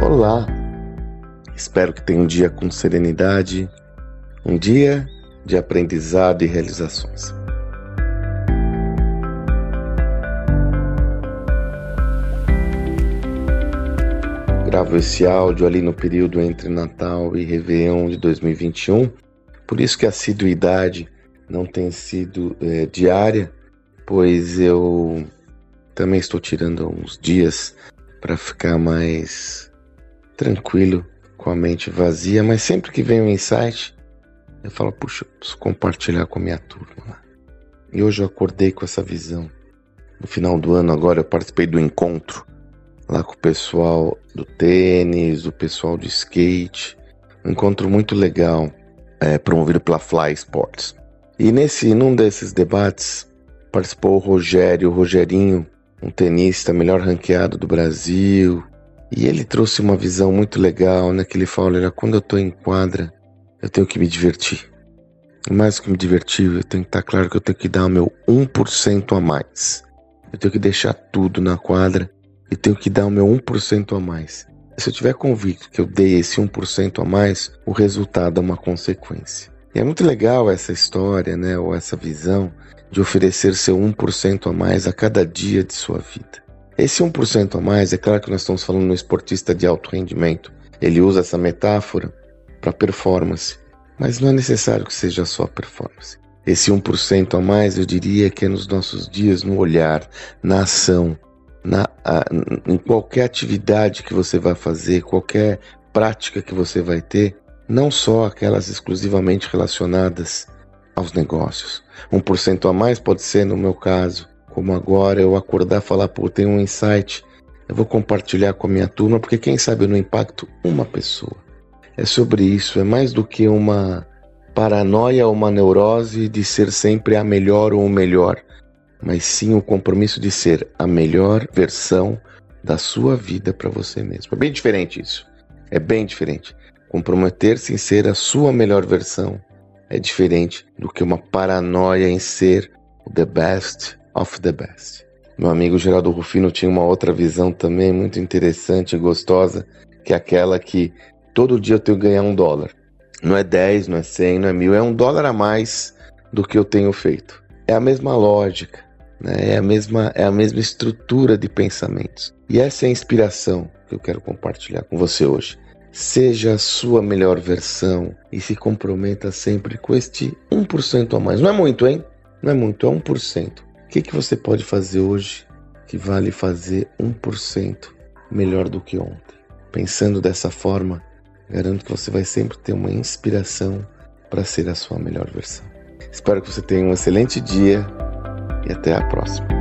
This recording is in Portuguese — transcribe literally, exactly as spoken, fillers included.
Olá! Espero que tenha um dia com serenidade, um dia de aprendizado e realizações. Gravo esse áudio ali no período entre Natal e Réveillon de dois mil e vinte e um, por isso que a assiduidade não tem sido é, diária, pois eu também estou tirando uns dias para ficar mais tranquilo, com a mente vazia, mas sempre que vem um insight, eu falo, puxa, eu preciso compartilhar com a minha turma. E hoje eu acordei com essa visão. No final do ano agora eu participei do encontro lá com o pessoal do tênis, o pessoal de skate, um encontro muito legal, é, promovido pela Fly Sports. E nesse, num desses debates participou o Rogério, o Rogerinho, um tenista melhor ranqueado do Brasil, e ele trouxe uma visão muito legal, né, que ele fala, olha, quando eu estou em quadra, eu tenho que me divertir. E mais do que me divertir, eu tenho que estar claro que eu tenho que dar o meu um por cento a mais. Eu tenho que deixar tudo na quadra e tenho que dar o meu um por cento a mais. Se eu tiver convicto que eu dei esse um por cento a mais, o resultado é uma consequência. E é muito legal essa história, né, ou essa visão de oferecer seu um por cento a mais a cada dia de sua vida. Esse um por cento a mais, é claro que nós estamos falando no esportista de alto rendimento. Ele usa essa metáfora para performance, mas não é necessário que seja só performance. Esse um por cento a mais, eu diria que é nos nossos dias, no olhar, na ação, Na, a, em qualquer atividade que você vai fazer, qualquer prática que você vai ter, não só aquelas exclusivamente relacionadas aos negócios. um por cento a mais pode ser, no meu caso, como agora, eu acordar e falar, pô, tem um insight, eu vou compartilhar com a minha turma, porque quem sabe eu não impacto uma pessoa. É sobre isso, é mais do que uma paranoia ou uma neurose de ser sempre a melhor ou o melhor, mas sim o compromisso de ser a melhor versão da sua vida para você mesmo. É bem diferente isso. É bem diferente. Comprometer-se em ser a sua melhor versão é diferente do que uma paranoia em ser o the best of the best. Meu amigo Geraldo Rufino tinha uma outra visão também muito interessante e gostosa, que é aquela que todo dia eu tenho que ganhar um dólar. Não é dez, não é cem, não é mil, é um dólar a mais do que eu tenho feito. É a mesma lógica. É a, mesma, é a mesma estrutura de pensamentos. E essa é a inspiração que eu quero compartilhar com você hoje. Seja a sua melhor versão e se comprometa sempre com este um por cento a mais. Não é muito, hein? Não é muito, é um por cento. O que, que você pode fazer hoje que vale fazer um por cento melhor do que ontem? Pensando dessa forma, garanto que você vai sempre ter uma inspiração para ser a sua melhor versão. Espero que você tenha um excelente dia. E até a próxima.